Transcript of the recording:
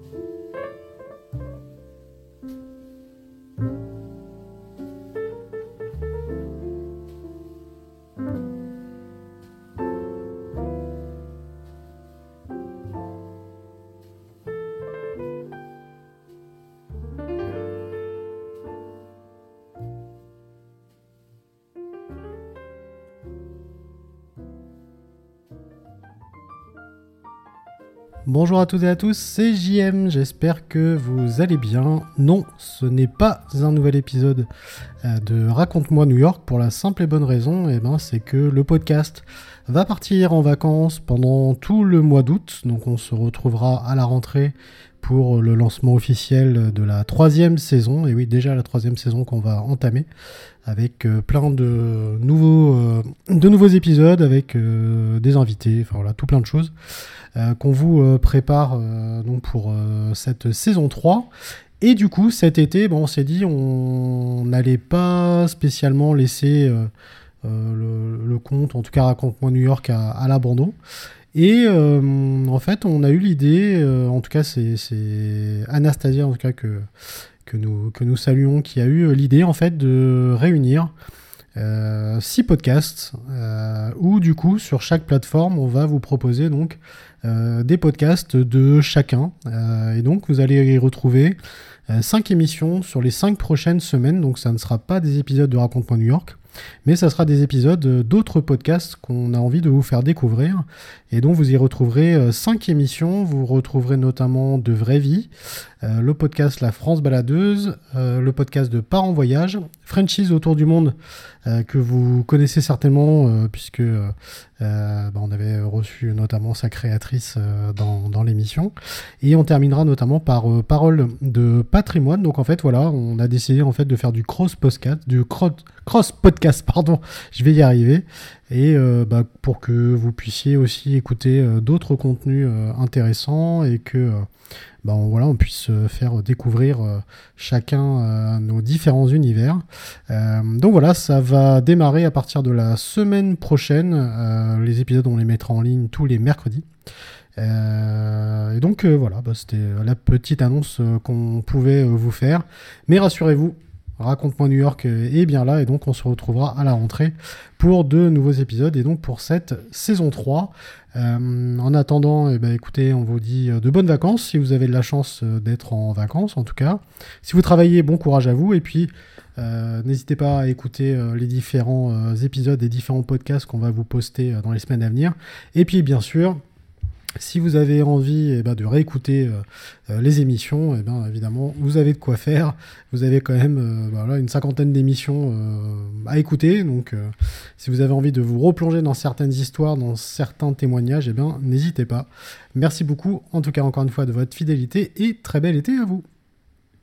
Bonjour à toutes et à tous, c'est JM, j'espère que vous allez bien. Non, ce n'est pas un nouvel épisode de Raconte-moi New York pour la simple et bonne raison, c'est que le podcast va partir en vacances pendant tout le mois d'août, donc on se retrouvera à la rentrée pour le lancement officiel de la 3e saison, et oui, déjà la 3e saison qu'on va entamer, avec plein de nouveaux épisodes, avec des invités, enfin voilà, tout plein de choses qu'on vous prépare donc pour cette saison 3. Et du coup, cet été, on s'est dit on n'allait pas spécialement laisser le compte, en tout cas Raconte-moi New York, à l'abandon. Et en fait, on a eu l'idée, en tout cas c'est Anastasia en tout cas que nous saluons, qui a eu l'idée en fait de réunir 6 podcasts où du coup sur chaque plateforme on va vous proposer donc des podcasts de chacun et donc vous allez y retrouver 5 émissions sur les 5 prochaines semaines, donc ça ne sera pas des épisodes de Raconte-moi New York, mais ça sera des épisodes d'autres podcasts qu'on a envie de vous faire découvrir. Et donc vous y retrouverez 5 émissions, vous retrouverez notamment De Vraie Vie, le podcast La France Baladeuse, le podcast de Parents Voyage, Frenchies autour du monde, que vous connaissez certainement puisque on avait reçu notamment sa créatrice dans l'émission. Et on terminera notamment par Parole de patrimoine. Donc en fait voilà, on a décidé en fait de faire du cross podcast, je vais y arriver. Et pour que vous puissiez aussi écouter d'autres contenus intéressants et que on puisse faire découvrir chacun nos différents univers. Donc voilà, ça va démarrer à partir de la semaine prochaine. Les épisodes, on les mettra en ligne tous les mercredis. Et donc voilà, c'était la petite annonce qu'on pouvait vous faire. Mais rassurez-vous, Raconte-moi New York est bien là, et donc on se retrouvera à la rentrée pour de nouveaux épisodes et donc pour cette saison 3. En attendant, écoutez, on vous dit de bonnes vacances si vous avez de la chance d'être en vacances en tout cas. Si vous travaillez, bon courage à vous, et puis n'hésitez pas à écouter les différents épisodes et différents podcasts qu'on va vous poster dans les semaines à venir. Et puis bien sûr, si vous avez envie de réécouter les émissions, évidemment, vous avez de quoi faire. Vous avez quand même une 50aine d'émissions à écouter. Donc, si vous avez envie de vous replonger dans certaines histoires, dans certains témoignages, n'hésitez pas. Merci beaucoup, en tout cas, encore une fois, de votre fidélité et très bel été à vous.